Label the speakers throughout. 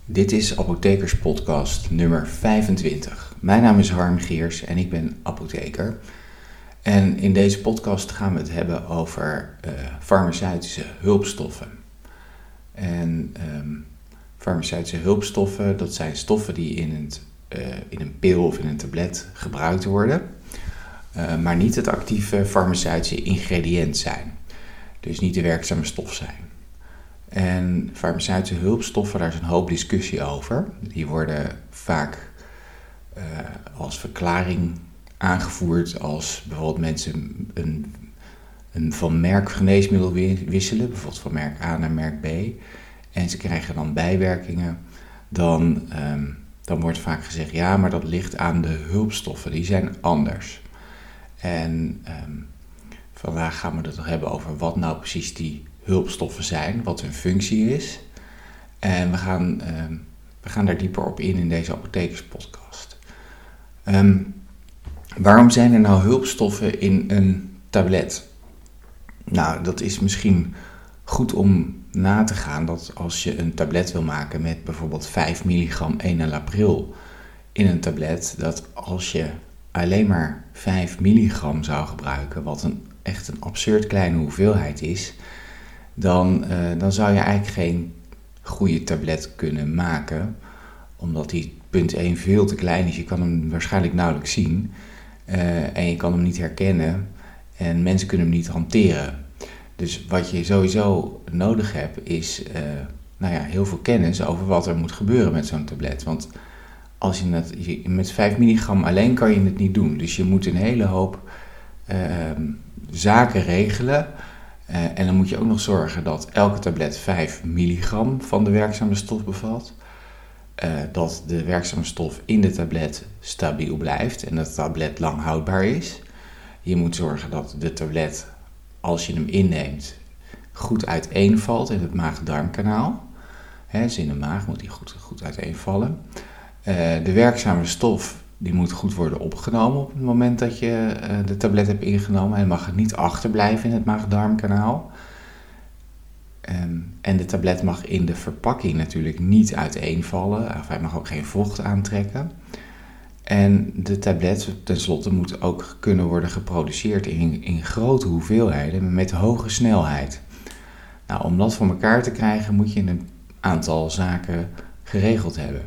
Speaker 1: Dit is Apothekerspodcast nummer 25. Mijn naam is Harm Geers en ik ben apotheker. En in deze podcast gaan we het hebben over farmaceutische hulpstoffen. En farmaceutische hulpstoffen, dat zijn stoffen die in een pil of in een tablet gebruikt worden, maar niet het actieve farmaceutische ingrediënt zijn. Dus niet de werkzame stof zijn. En farmaceutische hulpstoffen, daar is een hoop discussie over. Die worden vaak als verklaring aangevoerd als bijvoorbeeld mensen een van merk geneesmiddel wisselen, bijvoorbeeld van merk A naar merk B, en ze krijgen dan bijwerkingen. Dan wordt vaak gezegd, ja, maar dat ligt aan de hulpstoffen, die zijn anders. En vandaag gaan we het hebben over wat nou precies die hulpstoffen zijn, wat hun functie is. En we gaan daar dieper op in deze apothekerspodcast. Waarom zijn er nou hulpstoffen in een tablet? Nou, dat is misschien goed om na te gaan dat als je een tablet wil maken met bijvoorbeeld 5 milligram enalapril in een tablet, dat als je alleen maar 5 milligram zou gebruiken, wat echt een absurd kleine hoeveelheid is, dan zou je eigenlijk geen goede tablet kunnen maken, omdat die punt 1 veel te klein is. Je kan hem waarschijnlijk nauwelijks zien en je kan hem niet herkennen en mensen kunnen hem niet hanteren. Dus wat je sowieso nodig hebt is heel veel kennis over wat er moet gebeuren met zo'n tablet. Want als met 5 milligram alleen kan je het niet doen. Dus je moet een hele hoop zaken regelen. En dan moet je ook nog zorgen dat elke tablet 5 milligram van de werkzame stof bevat. Dat de werkzame stof in de tablet stabiel blijft en dat de tablet lang houdbaar is. Je moet zorgen dat de tablet, als je hem inneemt, goed uiteenvalt in het maag-darmkanaal. Dus in de maag moet die goed uiteenvallen. De werkzame stof die moet goed worden opgenomen op het moment dat je de tablet hebt ingenomen. En mag het niet achterblijven in het maag-darmkanaal. En de tablet mag in de verpakking natuurlijk niet uiteenvallen. Of hij mag ook geen vocht aantrekken. En de tablet tenslotte moet ook kunnen worden geproduceerd in grote hoeveelheden met hoge snelheid. Nou, om dat voor elkaar te krijgen moet je een aantal zaken geregeld hebben.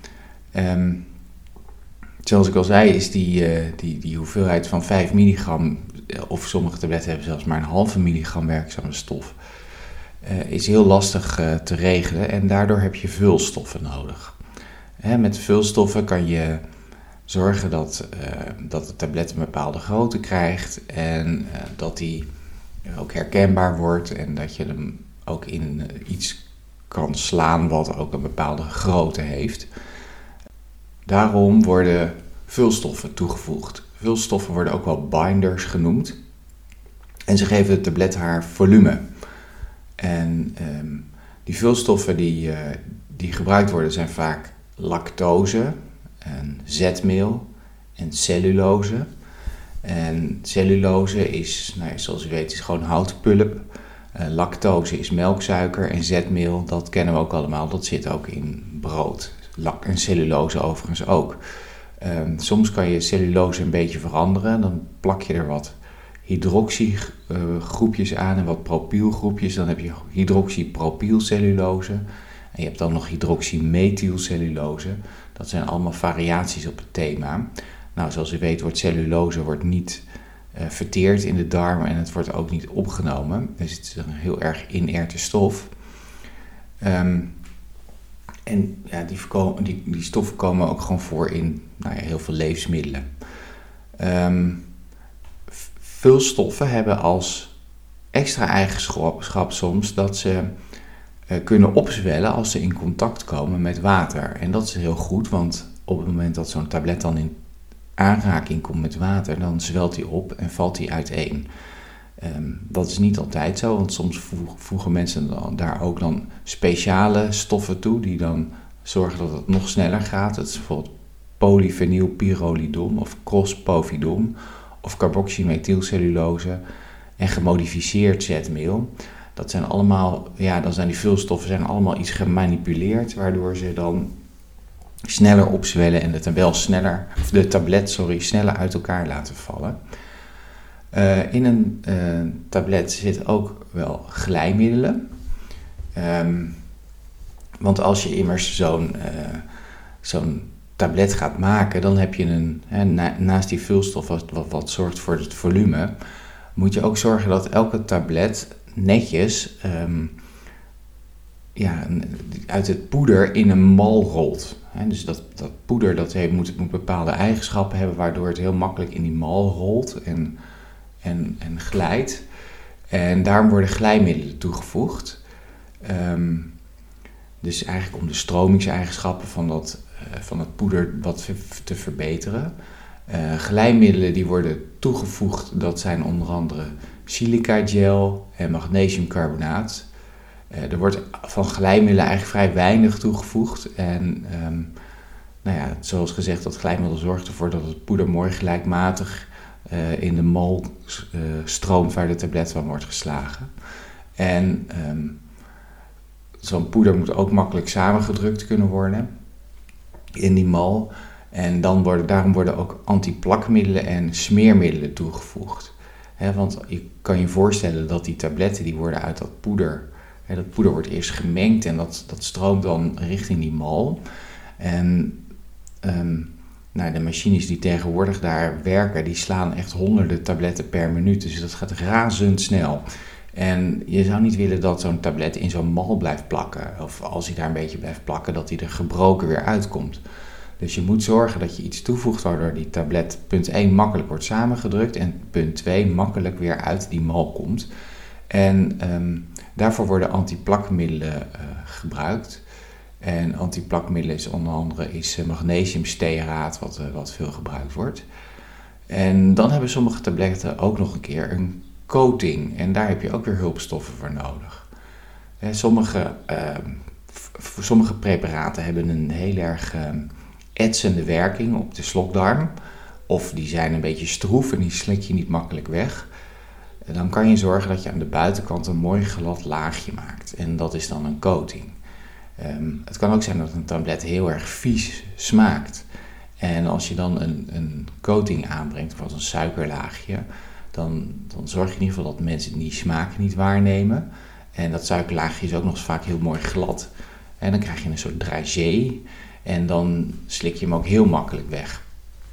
Speaker 1: Zoals ik al zei is die hoeveelheid van 5 milligram, of sommige tabletten hebben zelfs maar een halve milligram werkzame stof, is heel lastig te regelen en daardoor heb je vulstoffen nodig. Met vulstoffen kan je zorgen dat de tablet een bepaalde grootte krijgt en dat die ook herkenbaar wordt en dat je hem ook in iets kan slaan wat ook een bepaalde grootte heeft. Daarom worden vulstoffen toegevoegd. Vulstoffen worden ook wel binders genoemd. En ze geven de tablet haar volume. En die vulstoffen die gebruikt worden zijn vaak lactose, en zetmeel en cellulose. En cellulose is, zoals u weet, is gewoon houtpulp. Lactose is melksuiker en zetmeel, dat kennen we ook allemaal, dat zit ook in brood. En cellulose overigens ook. Soms kan je cellulose een beetje veranderen. Dan plak je er wat hydroxygroepjes aan en wat propylgroepjes. Dan heb je hydroxypropylcellulose. En je hebt dan nog hydroxymethylcellulose. Dat zijn allemaal variaties op het thema. Nou, zoals u weet wordt cellulose niet verteerd in de darmen en het wordt ook niet opgenomen. Dus het is een heel erg inerte stof. En ja, die stoffen komen ook gewoon voor in heel veel levensmiddelen. Vulstoffen hebben als extra eigenschap soms dat ze kunnen opzwellen als ze in contact komen met water. En dat is heel goed, want op het moment dat zo'n tablet dan in aanraking komt met water, dan zwelt die op en valt die uiteen. Dat is niet altijd zo, want soms voegen mensen daar ook dan speciale stoffen toe die dan zorgen dat het nog sneller gaat. Dat is bijvoorbeeld polyfenylpyrrolidon of crosspovidon of carboxymethylcellulose en gemodificeerd zetmeel. Dat zijn allemaal, dan zijn die vulstoffen zijn allemaal iets gemanipuleerd, waardoor ze dan sneller opzwellen en de tablet sneller uit elkaar laten vallen. In een tablet zitten ook wel glijmiddelen. Want als je immers zo'n tablet gaat maken, dan heb je naast die vulstof wat zorgt voor het volume, moet je ook zorgen dat elke tablet netjes uit het poeder in een mal rolt. Dus dat poeder moet bepaalde eigenschappen hebben, waardoor het heel makkelijk in die mal rolt en glijdt. En daarom worden glijmiddelen toegevoegd. Dus eigenlijk om de stromingseigenschappen van het poeder wat te verbeteren. Glijmiddelen die worden toegevoegd, dat zijn onder andere silica gel en magnesiumcarbonaat. Er wordt van glijmiddelen eigenlijk vrij weinig toegevoegd. En zoals gezegd, dat glijmiddel zorgt ervoor dat het poeder mooi gelijkmatig in de mal stroomt waar de tablet van wordt geslagen. En zo'n poeder moet ook makkelijk samengedrukt kunnen worden in die mal. En daarom worden ook antiplakmiddelen en smeermiddelen toegevoegd. Want je kan je voorstellen dat die tabletten die worden uit dat poeder wordt eerst gemengd en dat stroomt dan richting die mal. En de machines die tegenwoordig daar werken, die slaan echt honderden tabletten per minuut. Dus dat gaat razendsnel. En je zou niet willen dat zo'n tablet in zo'n mal blijft plakken. Of als hij daar een beetje blijft plakken, dat hij er gebroken weer uitkomt. Dus je moet zorgen dat je iets toevoegt waardoor die tablet punt 1 makkelijk wordt samengedrukt en punt 2 makkelijk weer uit die mal komt. En daarvoor worden antiplakmiddelen gebruikt. En antiplakmiddelen is onder andere magnesiumstearaat, wat veel gebruikt wordt. En dan hebben sommige tabletten ook nog een keer een coating. En daar heb je ook weer hulpstoffen voor nodig. Sommige preparaten hebben een heel erg etsende werking op de slokdarm. Of die zijn een beetje stroef en die slik je niet makkelijk weg. En dan kan je zorgen dat je aan de buitenkant een mooi glad laagje maakt. En dat is dan een coating. Het kan ook zijn dat een tablet heel erg vies smaakt. En als je dan een coating aanbrengt, bijvoorbeeld een suikerlaagje, dan zorg je in ieder geval dat mensen die smaak niet waarnemen. En dat suikerlaagje is ook nog eens vaak heel mooi glad. En dan krijg je een soort dragé en dan slik je hem ook heel makkelijk weg.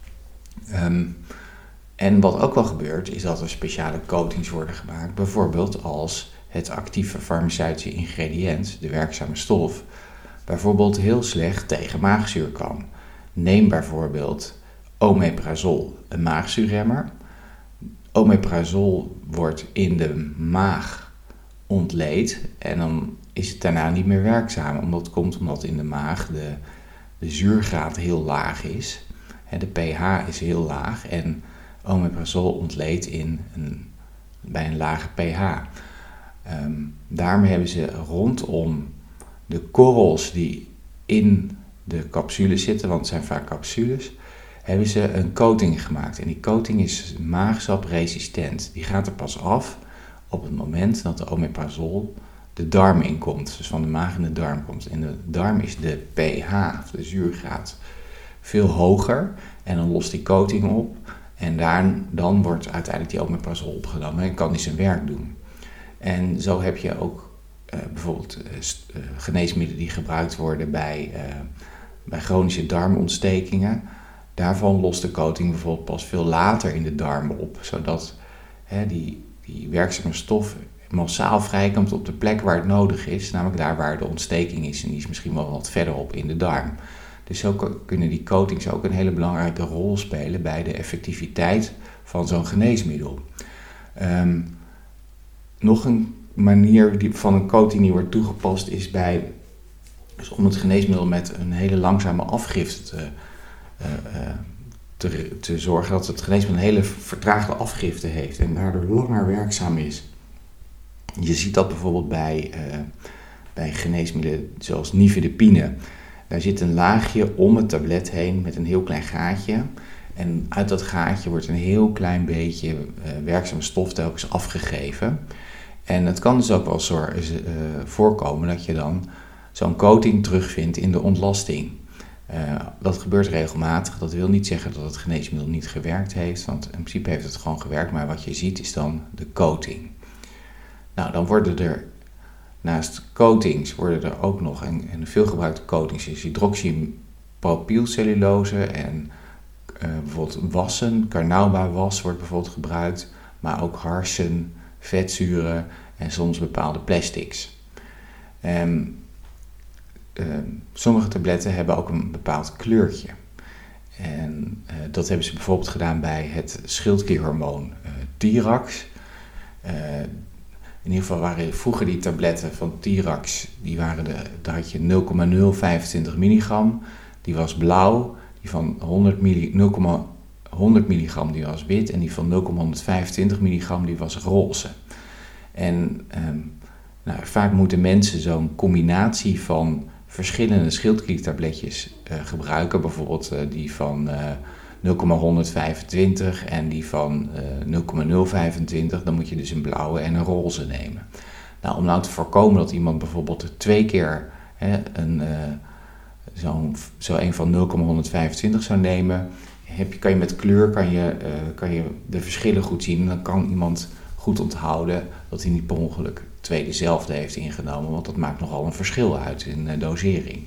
Speaker 1: En wat ook wel gebeurt, is dat er speciale coatings worden gemaakt. Bijvoorbeeld als het actieve farmaceutische ingrediënt, de werkzame stof, bijvoorbeeld heel slecht tegen maagzuur kan. Neem bijvoorbeeld omeprazol, een maagzuurremmer. Omeprazol wordt in de maag ontleed en dan is het daarna niet meer werkzaam. Dat komt omdat in de maag de zuurgraad heel laag is. De pH is heel laag en omeprazol ontleedt bij een lage pH. Daarmee hebben ze rondom de korrels die in de capsules zitten, want het zijn vaak capsules, hebben ze een coating gemaakt. En die coating is maagsapresistent. Die gaat er pas af op het moment dat de omeprazol de darm inkomt. Dus van de maag in de darm komt. In de darm is de pH, of de zuurgraad, veel hoger. En dan lost die coating op. En dan wordt uiteindelijk die omeprazol opgenomen en kan die zijn werk doen. En zo heb je ook bijvoorbeeld geneesmiddelen die gebruikt worden bij chronische darmontstekingen. Daarvan lost de coating bijvoorbeeld pas veel later in de darm op, zodat die werkzame stof massaal vrijkomt op de plek waar het nodig is, namelijk daar waar de ontsteking is en die is misschien wel wat verderop in de darm. Dus zo kunnen die coatings ook een hele belangrijke rol spelen bij de effectiviteit van zo'n geneesmiddel. Nog een manier van een coating die wordt toegepast is dus om het geneesmiddel met een hele langzame afgifte te zorgen dat het geneesmiddel een hele vertraagde afgifte heeft en daardoor langer werkzaam is. Je ziet dat bijvoorbeeld bij geneesmiddelen zoals nifedipine. Daar zit een laagje om het tablet heen met een heel klein gaatje. En uit dat gaatje wordt een heel klein beetje werkzame stof telkens afgegeven. En het kan dus ook wel voorkomen dat je dan zo'n coating terugvindt in de ontlasting. Dat gebeurt regelmatig. Dat wil niet zeggen dat het geneesmiddel niet gewerkt heeft, want in principe heeft het gewoon gewerkt, maar wat je ziet is dan de coating. Nou, dan worden er naast coatings ook nog, en veel gebruikte coatings is hydroxypropylcellulose en bijvoorbeeld wassen, carnauba was wordt bijvoorbeeld gebruikt, maar ook harsen, vetzuren en soms bepaalde plastics. Sommige tabletten hebben ook een bepaald kleurtje. En dat hebben ze bijvoorbeeld gedaan bij het schildklierhormoon Tirax. In ieder geval waren vroeger die tabletten van Tirax, daar had je 0,025 milligram. Die was blauw, die van 100 milligram die was wit en die van 0,125 milligram die was roze. En vaak moeten mensen zo'n combinatie van verschillende schildkliertabletjes gebruiken. Bijvoorbeeld die van 0,125 en die van 0,025. Dan moet je dus een blauwe en een roze nemen. Nou, om nou te voorkomen dat iemand bijvoorbeeld 2 keer zo een van 0,125 zou nemen, kan je met kleur kan je de verschillen goed zien. Dan kan iemand goed onthouden dat hij niet per ongeluk 2 dezelfde heeft ingenomen, want dat maakt nogal een verschil uit in dosering.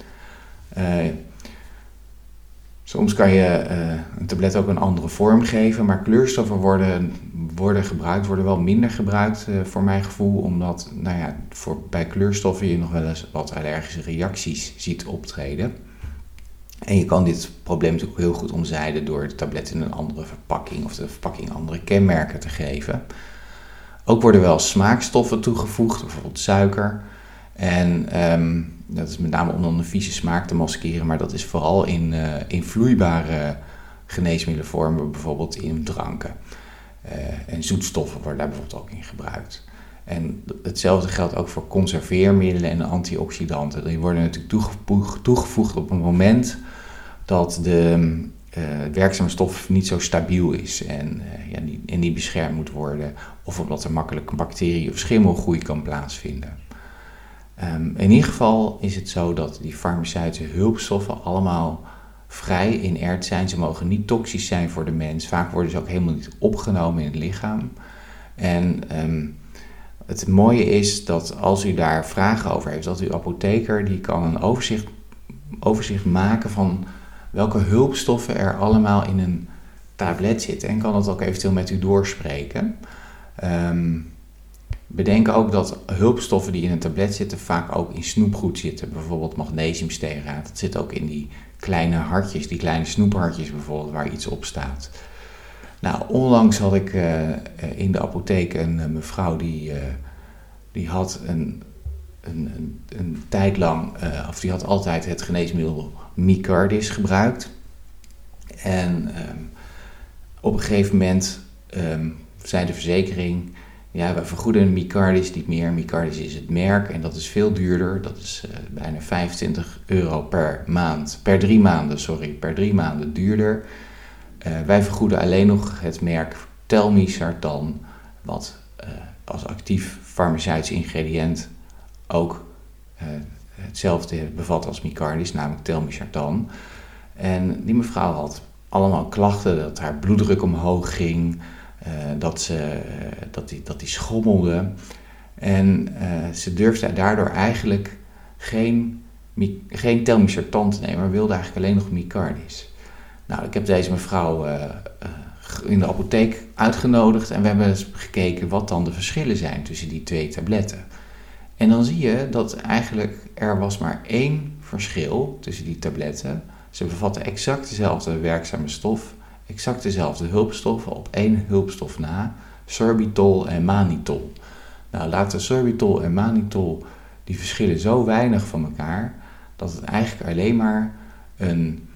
Speaker 1: Soms kan je een tablet ook een andere vorm geven, maar kleurstoffen worden wel minder gebruikt voor mijn gevoel, omdat bij kleurstoffen je nog wel eens wat allergische reacties ziet optreden. En je kan dit probleem natuurlijk heel goed omzeilen door de tablet in een andere verpakking of de verpakking andere kenmerken te geven. Ook worden wel smaakstoffen toegevoegd, bijvoorbeeld suiker. En dat is met name om dan een vieze smaak te maskeren, maar dat is vooral in vloeibare geneesmiddelenvormen, bijvoorbeeld in dranken. En zoetstoffen worden daar bijvoorbeeld ook in gebruikt. En hetzelfde geldt ook voor conserveermiddelen en antioxidanten. Die worden natuurlijk toegevoegd op een moment dat de werkzame stof niet zo stabiel is en niet beschermd moet worden, of omdat er makkelijk bacterie- of schimmelgroei kan plaatsvinden. In ieder geval is het zo dat die farmaceutische hulpstoffen allemaal vrij inert zijn. Ze mogen niet toxisch zijn voor de mens. Vaak worden ze ook helemaal niet opgenomen in het lichaam. En het mooie is dat als u daar vragen over heeft, dat uw apotheker die kan een overzicht maken van welke hulpstoffen er allemaal in een tablet zitten. En kan dat ook eventueel met u doorspreken. Bedenk ook dat hulpstoffen die in een tablet zitten vaak ook in snoepgoed zitten. Bijvoorbeeld magnesiumstearaat. Dat zit ook in die kleine hartjes, die kleine snoephartjes bijvoorbeeld, waar iets op staat. Nou, onlangs had ik in de apotheek een mevrouw die had een tijd lang, of die had altijd het geneesmiddel Micardis gebruikt. En op een gegeven moment zei de verzekering, ja, we vergoeden Micardis niet meer. Micardis is het merk en dat is veel duurder. Dat is bijna €25 per maand, per 3 maanden duurder. Wij vergoeden alleen nog het merk Telmisartan, wat als actief farmaceutisch ingrediënt ook hetzelfde bevat als Micardis, namelijk Telmisartan. En die mevrouw had allemaal klachten, dat haar bloeddruk omhoog ging, dat die schommelde. En ze durfde daardoor eigenlijk geen Telmisartan te nemen, maar wilde eigenlijk alleen nog Micardis. Nou, ik heb deze mevrouw in de apotheek uitgenodigd en we hebben eens gekeken wat dan de verschillen zijn tussen die 2 tabletten. En dan zie je dat eigenlijk er was maar 1 verschil tussen die tabletten. Ze bevatten exact dezelfde werkzame stof, exact dezelfde hulpstoffen op 1 hulpstof na, sorbitol en mannitol. Nou, laten sorbitol en mannitol, die verschillen zo weinig van elkaar, dat het eigenlijk alleen maar een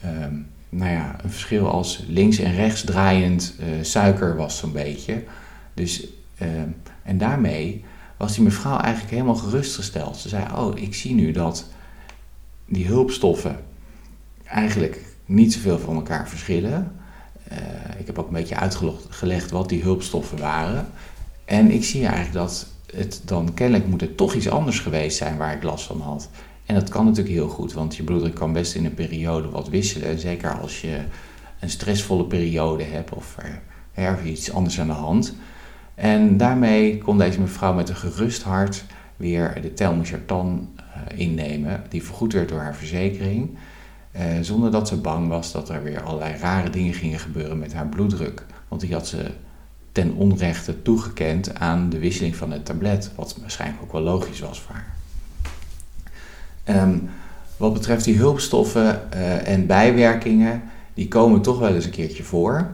Speaker 1: verschil als links en rechts draaiend suiker was zo'n beetje. Dus, en daarmee was die mevrouw eigenlijk helemaal gerustgesteld. Ze zei, ik zie nu dat die hulpstoffen eigenlijk niet zoveel van elkaar verschillen. Ik heb ook een beetje uitgelegd wat die hulpstoffen waren. En ik zie eigenlijk dat het dan kennelijk moet het toch iets anders geweest zijn waar ik last van had. En dat kan natuurlijk heel goed, want je bloeddruk kan best in een periode wat wisselen. Zeker als je een stressvolle periode hebt of er iets anders aan de hand. En daarmee kon deze mevrouw met een gerust hart weer de telmisartan innemen, die vergoed werd door haar verzekering. Zonder dat ze bang was dat er weer allerlei rare dingen gingen gebeuren met haar bloeddruk. Want die had ze ten onrechte toegekend aan de wisseling van het tablet, wat waarschijnlijk ook wel logisch was voor haar. Wat betreft die hulpstoffen en bijwerkingen, die komen toch wel eens een keertje voor.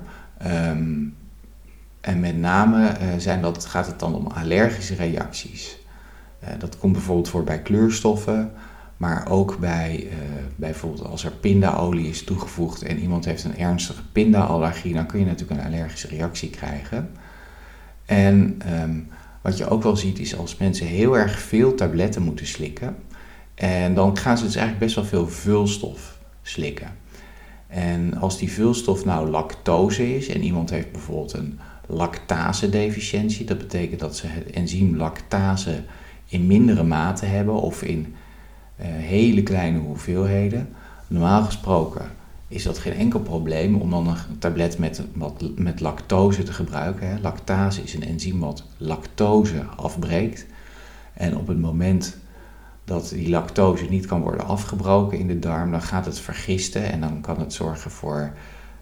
Speaker 1: En met name gaat het dan om allergische reacties. Dat komt bijvoorbeeld voor bij kleurstoffen, maar ook bij bijvoorbeeld als er pindaolie is toegevoegd en iemand heeft een ernstige pindaallergie, dan kun je natuurlijk een allergische reactie krijgen. En wat je ook wel ziet is als mensen heel erg veel tabletten moeten slikken, en dan gaan ze dus eigenlijk best wel veel vulstof slikken. En als die vulstof nou lactose is en iemand heeft bijvoorbeeld een lactase-deficiëntie, dat betekent dat ze het enzym lactase in mindere mate hebben of in hele kleine hoeveelheden. Normaal gesproken is dat geen enkel probleem om dan een tablet met lactose te gebruiken. Hè. Lactase is een enzym wat lactose afbreekt. En op het moment dat die lactose niet kan worden afgebroken in de darm, dan gaat het vergisten en dan kan het zorgen voor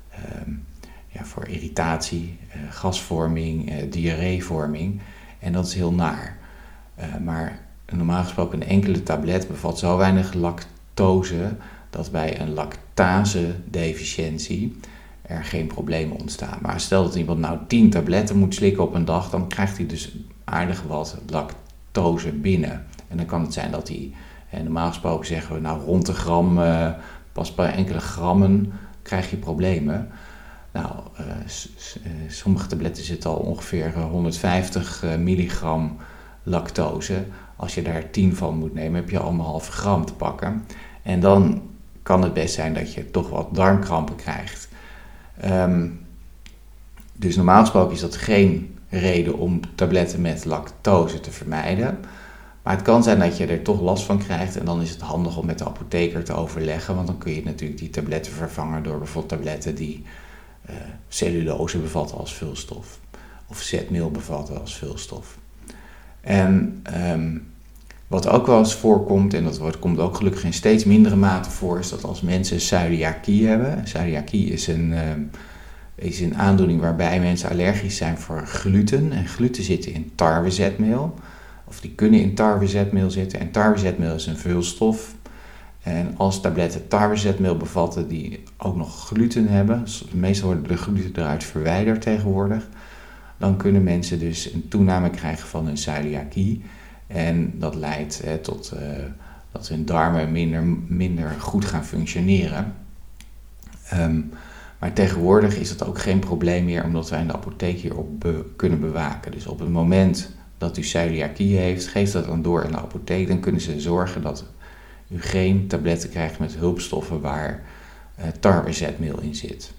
Speaker 1: irritatie, gasvorming, diarreevorming. En dat is heel naar. Maar normaal gesproken een enkele tablet bevat zo weinig lactose dat bij een lactase-deficiëntie er geen problemen ontstaan. Maar stel dat iemand nou 10 tabletten moet slikken op een dag, dan krijgt hij dus aardig wat lactose binnen. En dan kan het zijn dat hij, normaal gesproken zeggen we nou rond de gram, pas bij enkele grammen krijg je problemen. Nou, sommige tabletten zitten al ongeveer 150 milligram lactose. Als je daar 10 van moet nemen, heb je al 1,5 gram te pakken. En dan kan het best zijn dat je toch wat darmkrampen krijgt. Dus normaal gesproken is dat geen reden om tabletten met lactose te vermijden. Maar het kan zijn dat je er toch last van krijgt en dan is het handig om met de apotheker te overleggen. Want dan kun je natuurlijk die tabletten vervangen door bijvoorbeeld tabletten die cellulose bevatten als vulstof. Of zetmeel bevatten als vulstof. En wat ook wel eens voorkomt, en dat komt ook gelukkig in steeds mindere mate voor, is dat als mensen celiakie hebben. Celiakie is een aandoening waarbij mensen allergisch zijn voor gluten. En gluten zitten in tarwezetmeel. Of die kunnen in tarwezetmeel zitten. En tarwezetmeel is een vulstof. En als tabletten tarwezetmeel bevatten die ook nog gluten hebben, meestal worden de gluten eruit verwijderd tegenwoordig, dan kunnen mensen dus een toename krijgen van hun celiakie. En dat leidt tot dat hun darmen minder goed gaan functioneren. Maar tegenwoordig is dat ook geen probleem meer, omdat wij in de apotheek hierop kunnen bewaken. Dus op het moment dat u celiakie heeft, geef dat dan door in de apotheek. Dan kunnen ze zorgen dat u geen tabletten krijgt met hulpstoffen waar tarwezetmeel in zit.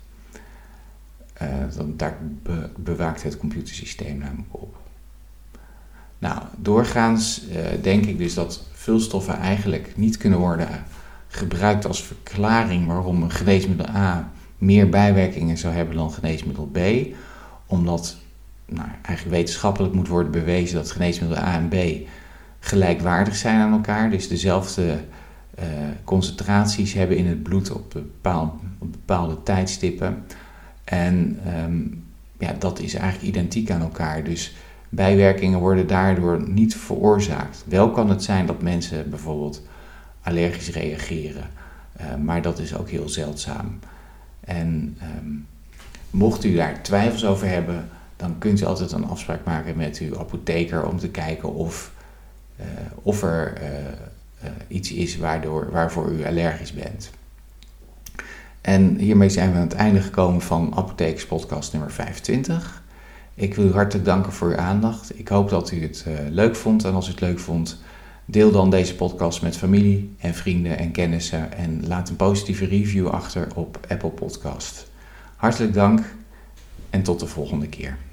Speaker 1: Daar bewaakt het computersysteem namelijk op. Nou, doorgaans denk ik dus dat vulstoffen eigenlijk niet kunnen worden gebruikt als verklaring waarom een geneesmiddel A meer bijwerkingen zou hebben dan geneesmiddel B. Omdat eigenlijk wetenschappelijk moet worden bewezen dat geneesmiddelen A en B gelijkwaardig zijn aan elkaar. Dus dezelfde concentraties hebben in het bloed op bepaalde tijdstippen. En dat is eigenlijk identiek aan elkaar. Dus bijwerkingen worden daardoor niet veroorzaakt. Wel kan het zijn dat mensen bijvoorbeeld allergisch reageren. Maar dat is ook heel zeldzaam. En mocht u daar twijfels over hebben, dan kunt u altijd een afspraak maken met uw apotheker om te kijken of er iets is waarvoor u allergisch bent. En hiermee zijn we aan het einde gekomen van Apothekers Podcast nummer 25. Ik wil u hartelijk danken voor uw aandacht. Ik hoop dat u het leuk vond. En als u het leuk vond, deel dan deze podcast met familie en vrienden en kennissen. En laat een positieve review achter op Apple Podcast. Hartelijk dank en tot de volgende keer.